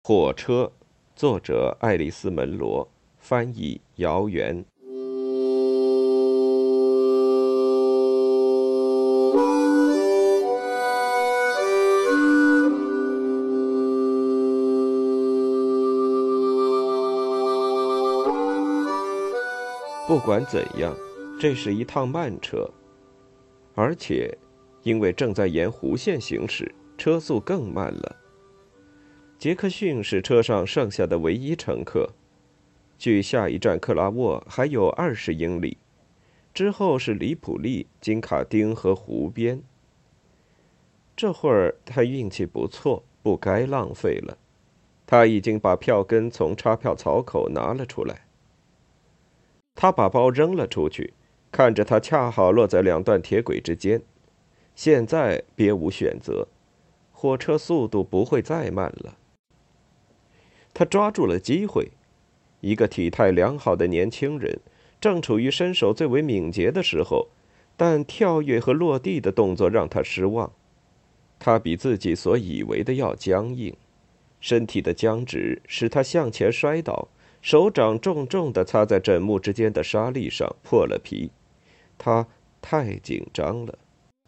火车，作者爱丽丝·门罗，翻译姚元。不管怎样，这是一趟慢车，而且因为正在沿弧线行驶，车速更慢了。杰克逊是车上剩下的唯一乘客，距下一站克拉沃还有20英里，之后是里普利、金卡丁和湖边。这会儿他运气不错，不该浪费了。他已经把票根从插票槽口拿了出来。他把包扔了出去，看着它恰好落在2段铁轨之间。现在别无选择，火车速度不会再慢了。他抓住了机会，一个体态良好的年轻人，正处于身手最为敏捷的时候，但跳跃和落地的动作让他失望。他比自己所以为的要僵硬，身体的僵直使他向前摔倒，手掌重重地擦在枕木之间的沙砾上，破了皮。他太紧张了。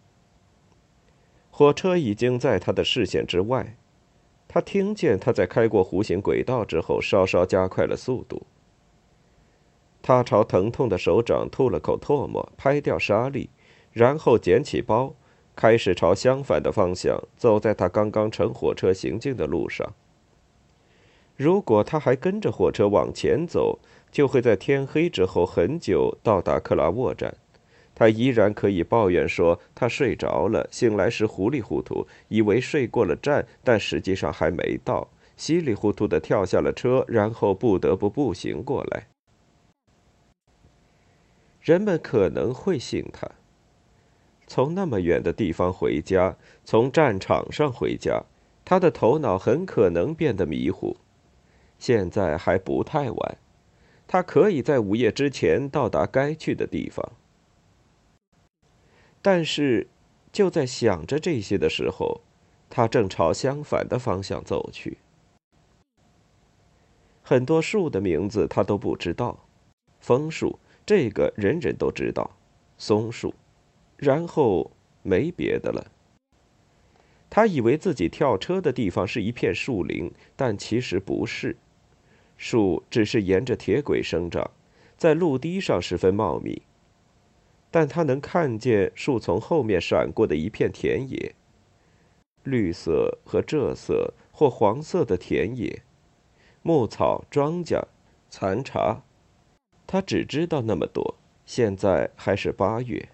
火车已经在他的视线之外。他听见他在开过弧形轨道之后稍稍加快了速度。他朝疼痛的手掌吐了口唾沫，拍掉沙砾，然后捡起包，开始朝相反的方向走在他刚刚乘火车行进的路上。如果他还跟着火车往前走，就会在天黑之后很久到达克拉沃站。他依然可以抱怨说他睡着了，醒来时糊里糊涂，以为睡过了站，但实际上还没到，稀里糊涂地跳下了车，然后不得不步行过来。人们可能会信他。从那么远的地方回家，从战场上回家，他的头脑很可能变得迷糊。现在还不太晚，他可以在午夜之前到达该去的地方。但是，就在想着这些的时候，他正朝相反的方向走去。很多树的名字他都不知道，枫树这个人人都知道，松树，然后没别的了。他以为自己跳车的地方是一片树林，但其实不是，树只是沿着铁轨生长，在陆地上十分茂密。但他能看见树丛后面闪过的一片田野，绿色和赭色或黄色的田野，牧草、庄稼、残茶。他只知道那么多。现在还是8月。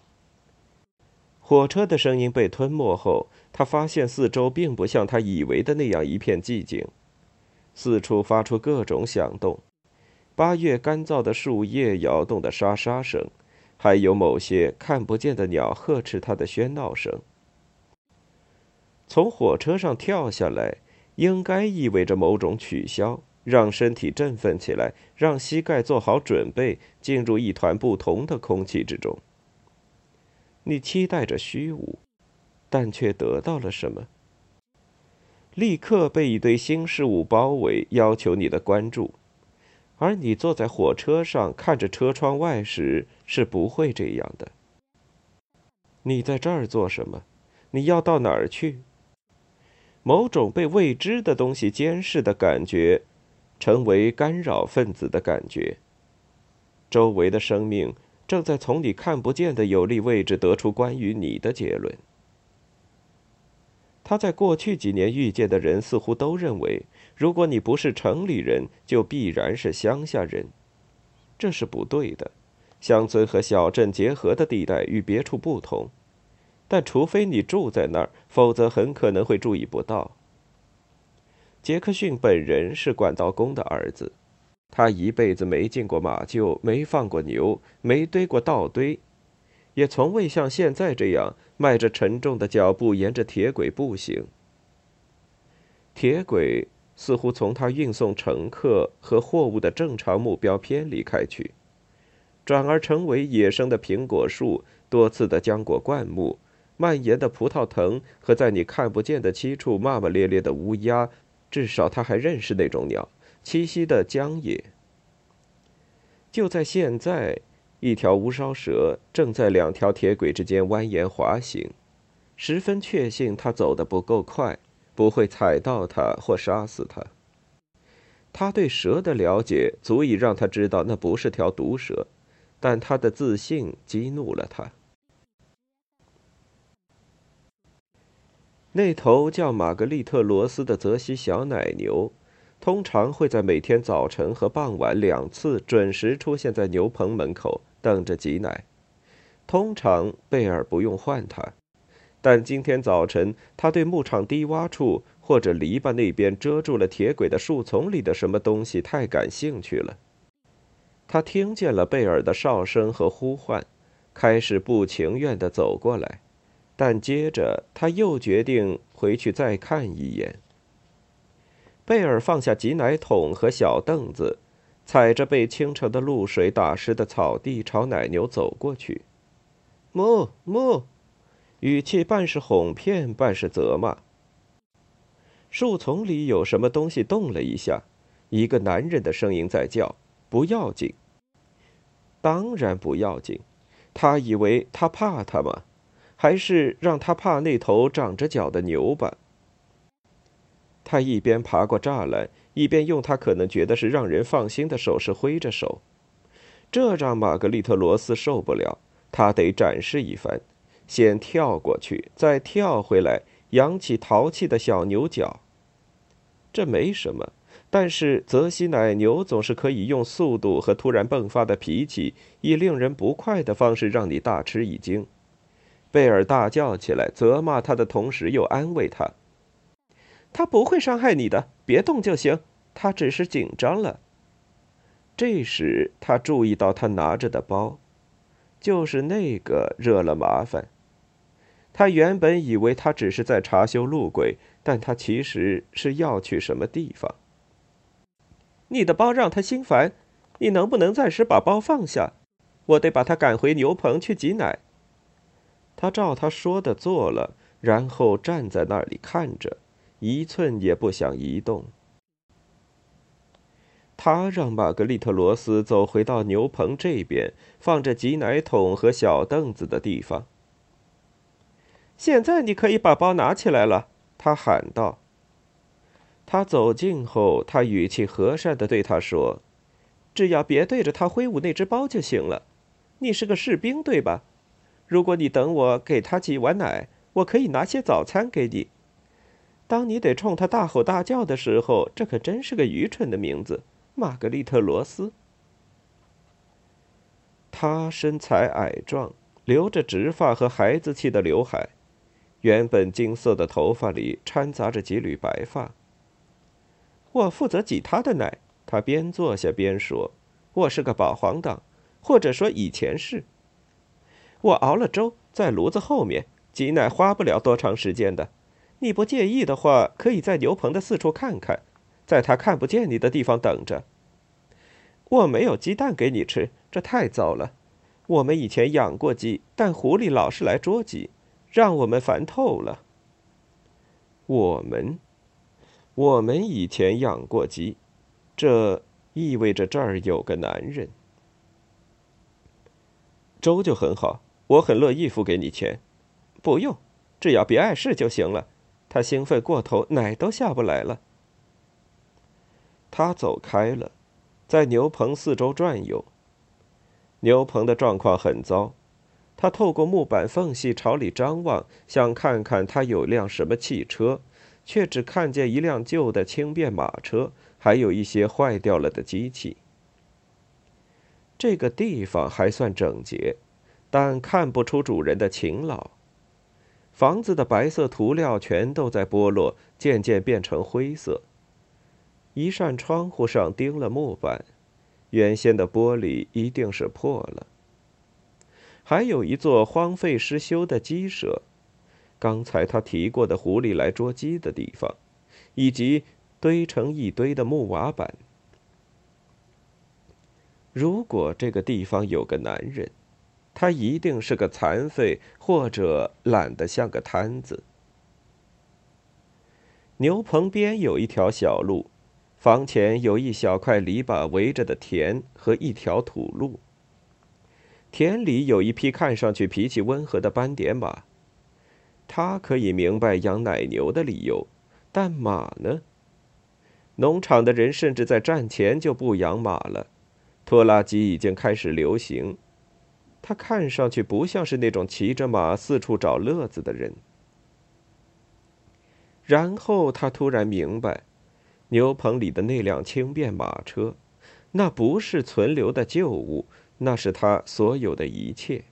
火车的声音被吞没后，他发现四周并不像他以为的那样一片寂静，四处发出各种响动，8月干燥的树叶摇动的沙沙声，还有某些看不见的鸟呵斥它的喧闹声。从火车上跳下来，应该意味着某种取消，让身体振奋起来，让膝盖做好准备，进入一团不同的空气之中。你期待着虚无，但却得到了什么？立刻被一堆新事物包围，要求你的关注。而你坐在火车上看着车窗外时，是不会这样的。你在这儿做什么？你要到哪儿去？某种被未知的东西监视的感觉，成为干扰分子的感觉。周围的生命正在从你看不见的有利位置得出关于你的结论。他在过去几年遇见的人似乎都认为，如果你不是城里人，就必然是乡下人。这是不对的。乡村和小镇结合的地带与别处不同，但除非你住在那儿，否则很可能会注意不到。杰克逊本人是管道工的儿子，他一辈子没进过马厩，没放过牛，没堆过稻堆，也从未像现在这样迈着沉重的脚步沿着铁轨步行。铁轨似乎从他运送乘客和货物的正常目标偏离开去，转而成为野生的苹果树、多刺的浆果灌木、蔓延的葡萄藤和在你看不见的七处骂骂咧咧的乌鸦， 至少他还认识那种鸟，栖息的疆野。就在现在，一条无梢蛇正在2条铁轨之间蜿蜒滑行，十分确信它走得不够快，不会踩到它或杀死它。他对蛇的了解足以让他知道那不是条毒蛇，但他的自信激怒了他。那头叫玛格丽特罗斯的泽西小奶牛，通常会在每天早晨和傍晚2次准时出现在牛棚门口，等着挤奶。通常贝尔不用唤它，但今天早晨他对牧场低洼处或者篱笆那边遮住了铁轨的树丛里的什么东西太感兴趣了。他听见了贝尔的哨声和呼唤，开始不情愿地走过来。但接着，他又决定回去再看一眼。贝尔放下挤奶桶和小凳子，踩着被清晨的露水打湿的草地朝奶牛走过去。哞哞，语气半是哄骗，半是责骂。树丛里有什么东西动了一下，一个男人的声音在叫：“不要紧。”当然不要紧，他以为他怕他吗？还是让他怕那头长着角的牛吧。他一边爬过栅栏，一边用他可能觉得是让人放心的手势挥着手，这让玛格丽特罗斯受不了，他得展示一番，先跳过去，再跳回来，扬起淘气的小牛角。这没什么，但是泽西奶牛总是可以用速度和突然迸发的脾气，以令人不快的方式让你大吃一惊。贝尔大叫起来，责骂他的同时又安慰他：“他不会伤害你的，别动就行。他只是紧张了。”这时他注意到他拿着的包，就是那个惹了麻烦。他原本以为他只是在查修路轨，但他其实是要去什么地方。你的包让他心烦，你能不能暂时把包放下？我得把他赶回牛棚去挤奶。他照他说的做了，然后站在那里看着，一寸也不想移动。他让玛格丽特罗斯走回到牛棚这边，放着挤奶桶和小凳子的地方。现在你可以把包拿起来了，他喊道。他走近后，他语气和善地对他说：“只要别对着他挥舞那只包就行了。你是个士兵，对吧？如果你等我给他挤完奶，我可以拿些早餐给你。当你得冲他大吼大叫的时候，这可真是个愚蠢的名字，玛格丽特罗斯。”他身材矮壮，留着直发和孩子气的刘海，原本金色的头发里掺杂着几缕白发。我负责挤他的奶，他边坐下边说：“我是个保皇党，或者说以前是。我熬了粥，在炉子后面，挤奶花不了多长时间的。你不介意的话，可以在牛棚的四处看看，在他看不见你的地方等着。我没有鸡蛋给你吃，这太糟了。我们以前养过鸡，但狐狸老是来捉鸡，让我们烦透了。我们以前养过鸡，这意味着这儿有个男人。粥就很好，我很乐意付给你钱。不用，只要别碍事就行了。他兴奋过头，奶都下不来了。他走开了，在牛棚四周转悠。牛棚的状况很糟，他透过木板缝隙朝里张望，想看看他有辆什么汽车，却只看见一辆旧的轻便马车，还有一些坏掉了的机器。这个地方还算整洁，但看不出主人的勤劳。房子的白色涂料全都在剥落，渐渐变成灰色。一扇窗户上钉了木板，原先的玻璃一定是破了。还有一座荒废失修的鸡舍，刚才他提过的狐狸来捉鸡的地方，以及堆成一堆的木瓦板。如果这个地方有个男人，他一定是个残废，或者懒得像个摊子。 牛棚边有一条小路，房前有一小块篱笆围着的田和一条土路。田里有一匹看上去脾气温和的斑点马。他可以明白养奶牛的理由，但马呢？农场的人甚至在战前就不养马了，拖拉机已经开始流行。他看上去不像是那种骑着马四处找乐子的人。然后他突然明白，牛棚里的那辆轻便马车，那不是存留的旧物，那是他所有的一切。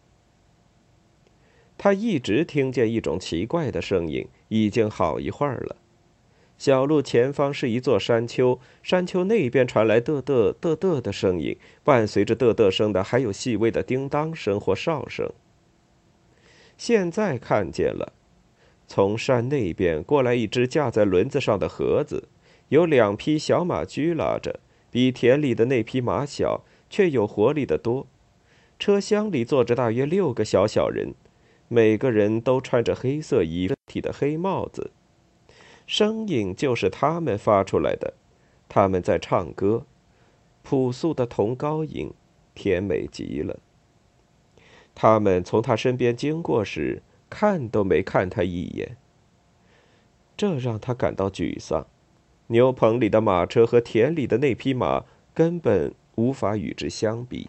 他一直听见一种奇怪的声音，已经好一会儿了。小路前方是一座山丘，山丘那边传来嘚嘚嘚嘚的声音，伴随着嘚嘚声的还有细微的叮当声或哨声。现在看见了，从山那边过来一只架在轮子上的盒子，有2匹小马驹拉着，比田里的那匹马小，却有活力得多。车厢里坐着大约6个小人，每个人都穿着黑色一体的黑帽子。声音就是他们发出来的，他们在唱歌，朴素的童高音，甜美极了。他们从他身边经过时，看都没看他一眼。这让他感到沮丧。牛棚里的马车和田里的那匹马根本无法与之相比。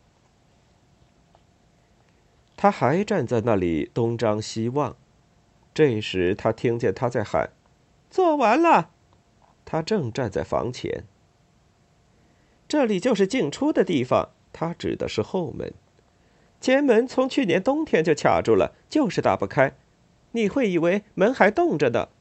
他还站在那里东张西望。这时他听见他在喊：“做完了！”他正站在房前。这里就是进出的地方，他指的是后门。前门从去年冬天就卡住了，就是打不开。你会以为门还动着呢。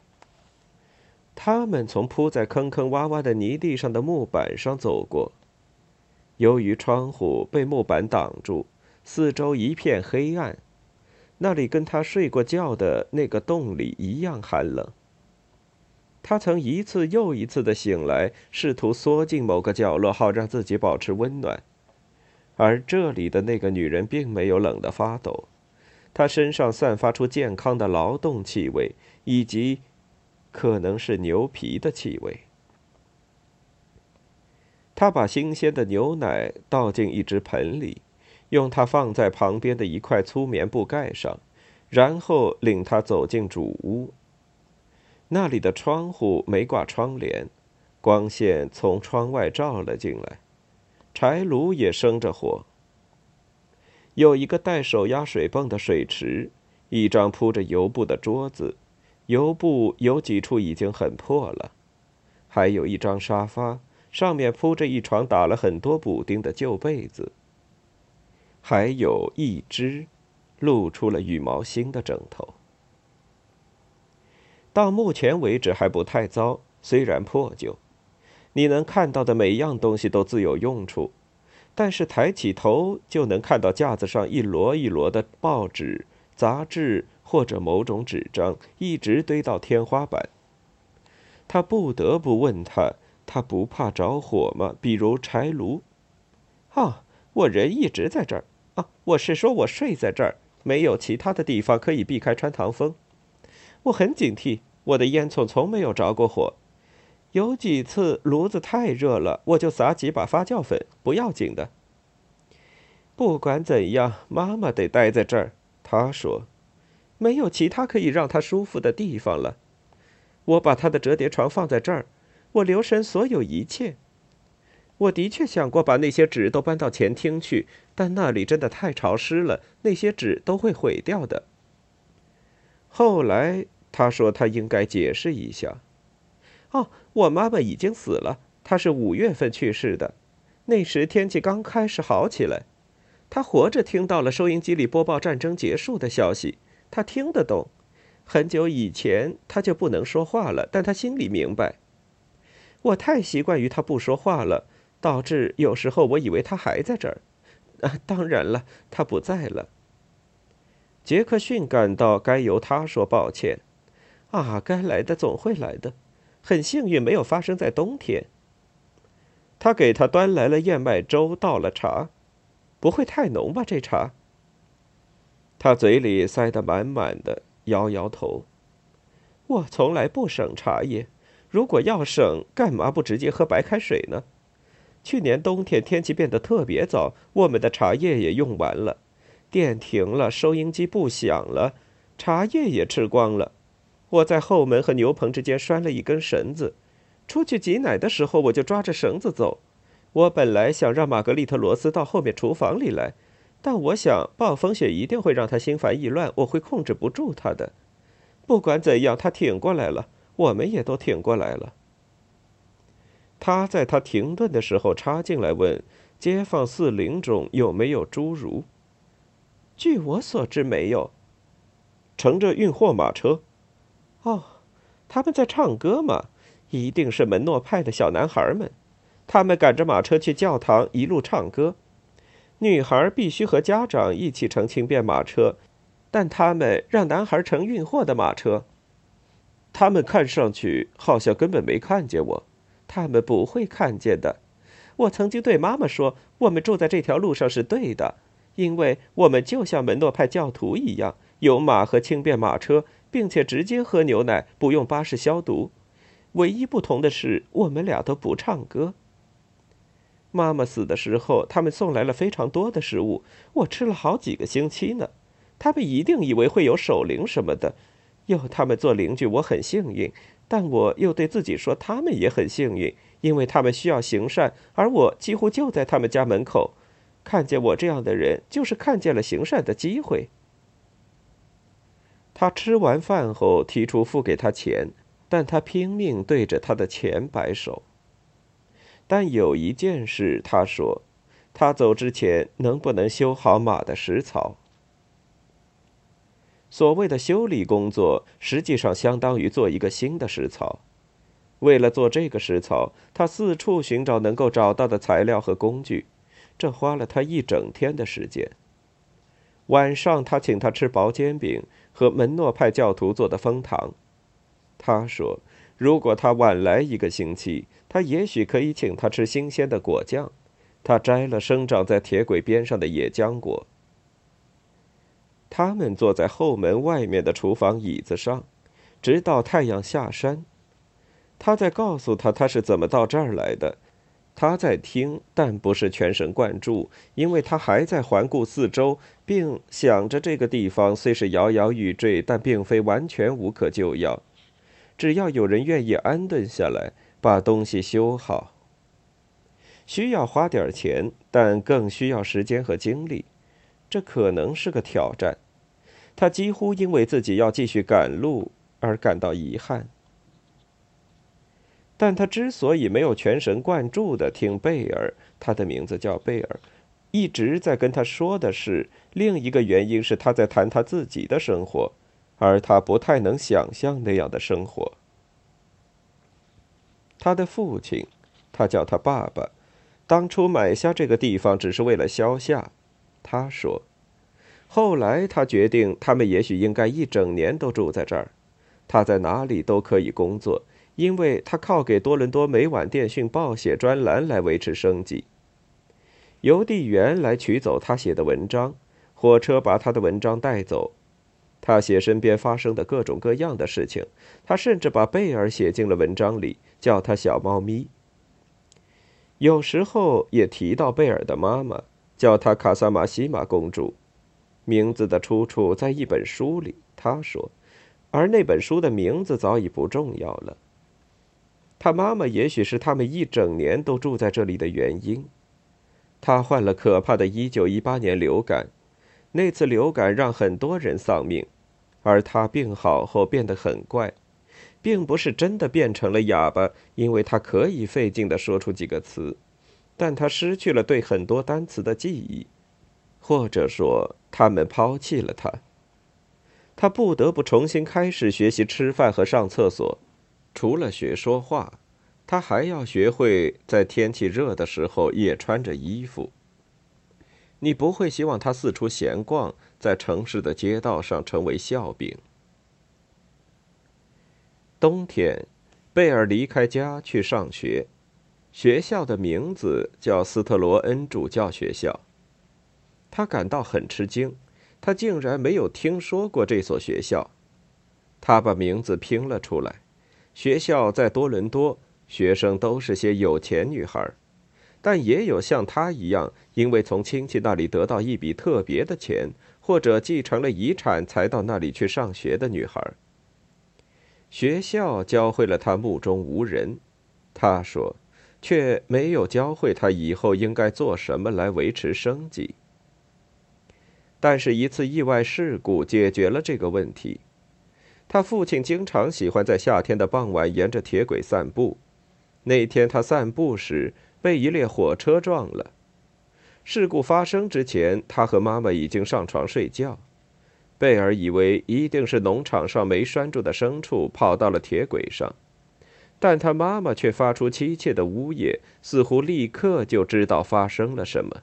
他们从铺在坑坑洼洼的泥地上的木板上走过。由于窗户被木板挡住，四周一片黑暗。那里跟他睡过觉的那个洞里一样寒冷。他曾一次又一次地醒来，试图缩进某个角落，好让自己保持温暖。而这里的那个女人并没有冷得发抖，她身上散发出健康的劳动气味，以及可能是牛皮的气味。他把新鲜的牛奶倒进一只盆里，用它放在旁边的一块粗棉布盖上，然后领他走进主屋。那里的窗户没挂窗帘，光线从窗外照了进来，柴炉也生着火。有一个带手压水泵的水池，一张铺着油布的桌子，油布有几处已经很破了，还有一张沙发，上面铺着一床打了很多补丁的旧被子，还有一只露出了羽毛芯的枕头。到目前为止还不太糟，虽然破旧，你能看到的每样东西都自有用处，但是抬起头就能看到架子上一摞一摞的报纸、杂志或者某种纸张，一直堆到天花板。他不得不问他不怕着火吗？比如柴炉。我人一直在这儿。我是说我睡在这儿，没有其他的地方可以避开穿堂风。我很警惕，我的烟囱从没有着过火。有几次炉子太热了，我就撒几把发酵粉，不要紧的。不管怎样，妈妈得待在这儿，她说，没有其他可以让她舒服的地方了。我把她的折叠床放在这儿，我留神所有一切。我的确想过把那些纸都搬到前厅去，但那里真的太潮湿了，那些纸都会毁掉的。后来他说他应该解释一下。我妈妈已经死了，她是5月份去世的，那时天气刚开始好起来。她活着听到了收音机里播报战争结束的消息，她听得懂。很久以前她就不能说话了，但她心里明白。我太习惯于她不说话了，导致有时候我以为她还在这儿。当然了，她不在了。杰克逊感到该由他说抱歉。该来的总会来的，很幸运没有发生在冬天。他给他端来了燕麦粥，倒了茶。不会太浓吧，这茶？他嘴里塞得满满的，摇摇头。 我从来不省茶叶，如果要省，干嘛不直接喝白开水呢？去年冬天天气变得特别早，我们的茶叶也用完了，电停了，收音机不响了，茶叶也吃光了。我在后门和牛棚之间拴了一根绳子，出去挤奶的时候我就抓着绳子走。我本来想让玛格丽特·罗斯到后面厨房里来，但我想暴风雪一定会让他心烦意乱，我会控制不住他的。不管怎样，他挺过来了，我们也都挺过来了。他在他停顿的时候插进来问：“街坊四邻中有没有侏儒？”据我所知，没有。乘着运货马车。哦，他们在唱歌嘛，一定是门诺派的小男孩们。他们赶着马车去教堂，一路唱歌。女孩必须和家长一起乘轻便马车，但他们让男孩乘运货的马车。他们看上去好像根本没看见我。他们不会看见的。我曾经对妈妈说，我们住在这条路上是对的，因为我们就像门诺派教徒一样，有马和轻便马车，并且直接喝牛奶，不用巴士消毒。唯一不同的是，我们俩都不唱歌。妈妈死的时候，他们送来了非常多的食物，我吃了好几个星期呢。他们一定以为会有守灵什么的，有他们做邻居，我很幸运。但我又对自己说，他们也很幸运，因为他们需要行善，而我几乎就在他们家门口。看见我这样的人，就是看见了行善的机会。他吃完饭后提出付给他钱，但他拼命对着他的钱摆手。但有一件事，他说，他走之前能不能修好马的食槽？所谓的修理工作，实际上相当于做一个新的食槽。为了做这个食槽，他四处寻找能够找到的材料和工具，这花了他一整天的时间。晚上，他请他吃薄煎饼和门诺派教徒做的蜂糖。他说，如果他晚来一个星期，他也许可以请他吃新鲜的果酱。他摘了生长在铁轨边上的野浆果。他们坐在后门外面的厨房椅子上，直到太阳下山。他在告诉他是怎么到这儿来的。他在听，但不是全神贯注，因为他还在环顾四周，并想着这个地方虽是摇摇欲坠，但并非完全无可救药。只要有人愿意安顿下来，把东西修好。需要花点钱，但更需要时间和精力。这可能是个挑战。他几乎因为自己要继续赶路而感到遗憾。但他之所以没有全神贯注地听贝尔，他的名字叫贝尔，一直在跟他说的是另一个原因，是他在谈他自己的生活，而他不太能想象那样的生活。他的父亲，他叫他爸爸，当初买下这个地方只是为了消夏。他说，后来他决定他们也许应该一整年都住在这儿，他在哪里都可以工作，因为他靠给多伦多每晚电讯报写专栏来维持生计。邮递员来取走他写的文章，火车把他的文章带走。他写身边发生的各种各样的事情，他甚至把贝尔写进了文章里，叫他小猫咪。有时候也提到贝尔的妈妈，叫她卡萨马西玛公主。名字的出处在一本书里，他说，而那本书的名字早已不重要了。他妈妈也许是他们一整年都住在这里的原因。他患了可怕的1918年流感，那次流感让很多人丧命，而他病好后变得很怪，并不是真的变成了哑巴，因为他可以费劲地说出几个词，但他失去了对很多单词的记忆，或者说他们抛弃了他。他不得不重新开始学习吃饭和上厕所，除了学说话，他还要学会在天气热的时候也穿着衣服。你不会希望他四处闲逛，在城市的街道上成为笑柄。冬天，贝尔离开家去上学，学校的名字叫斯特罗恩主教学校。他感到很吃惊，他竟然没有听说过这所学校。 他把名字拼了出来。学校在多伦多，学生都是些有钱女孩，但也有像她一样，因为从亲戚那里得到一笔特别的钱，或者继承了遗产才到那里去上学的女孩。学校教会了她目中无人，她说，却没有教会她以后应该做什么来维持生计。但是一次意外事故解决了这个问题。他父亲经常喜欢在夏天的傍晚沿着铁轨散步。那天他散步时被一列火车撞了。事故发生之前，他和妈妈已经上床睡觉。贝尔以为一定是农场上没拴住的牲畜跑到了铁轨上，但他妈妈却发出凄切的呜咽，似乎立刻就知道发生了什么。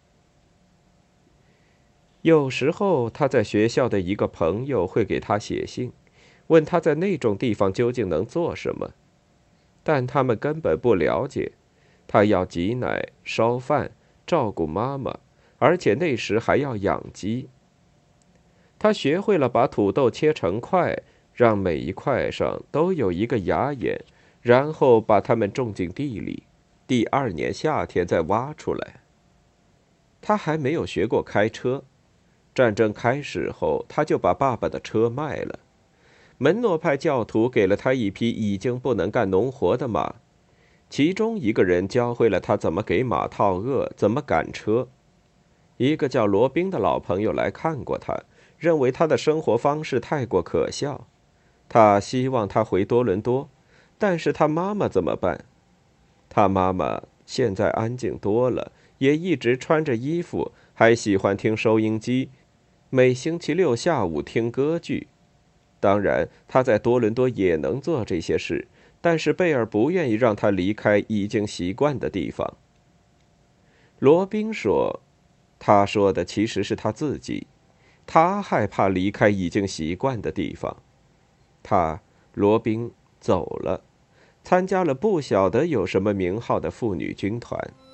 有时候他在学校的一个朋友会给他写信，问他在那种地方究竟能做什么，但他们根本不了解。他要挤奶、烧饭、照顾妈妈，而且那时还要养鸡。他学会了把土豆切成块，让每一块上都有一个芽眼，然后把它们种进地里，第2年夏天再挖出来。他还没有学过开车，战争开始后，他就把爸爸的车卖了。门诺派教徒给了他一匹已经不能干农活的马，其中一个人教会了他怎么给马套轭，怎么赶车。一个叫罗宾的老朋友来看过他，认为他的生活方式太过可笑。他希望他回多伦多，但是他妈妈怎么办？他妈妈现在安静多了，也一直穿着衣服，还喜欢听收音机，每星期6下午听歌剧。当然，他在多伦多也能做这些事，但是贝尔不愿意让他离开已经习惯的地方。罗宾说，他说的其实是他自己，他害怕离开已经习惯的地方。罗宾走了，参加了不晓得有什么名号的妇女军团。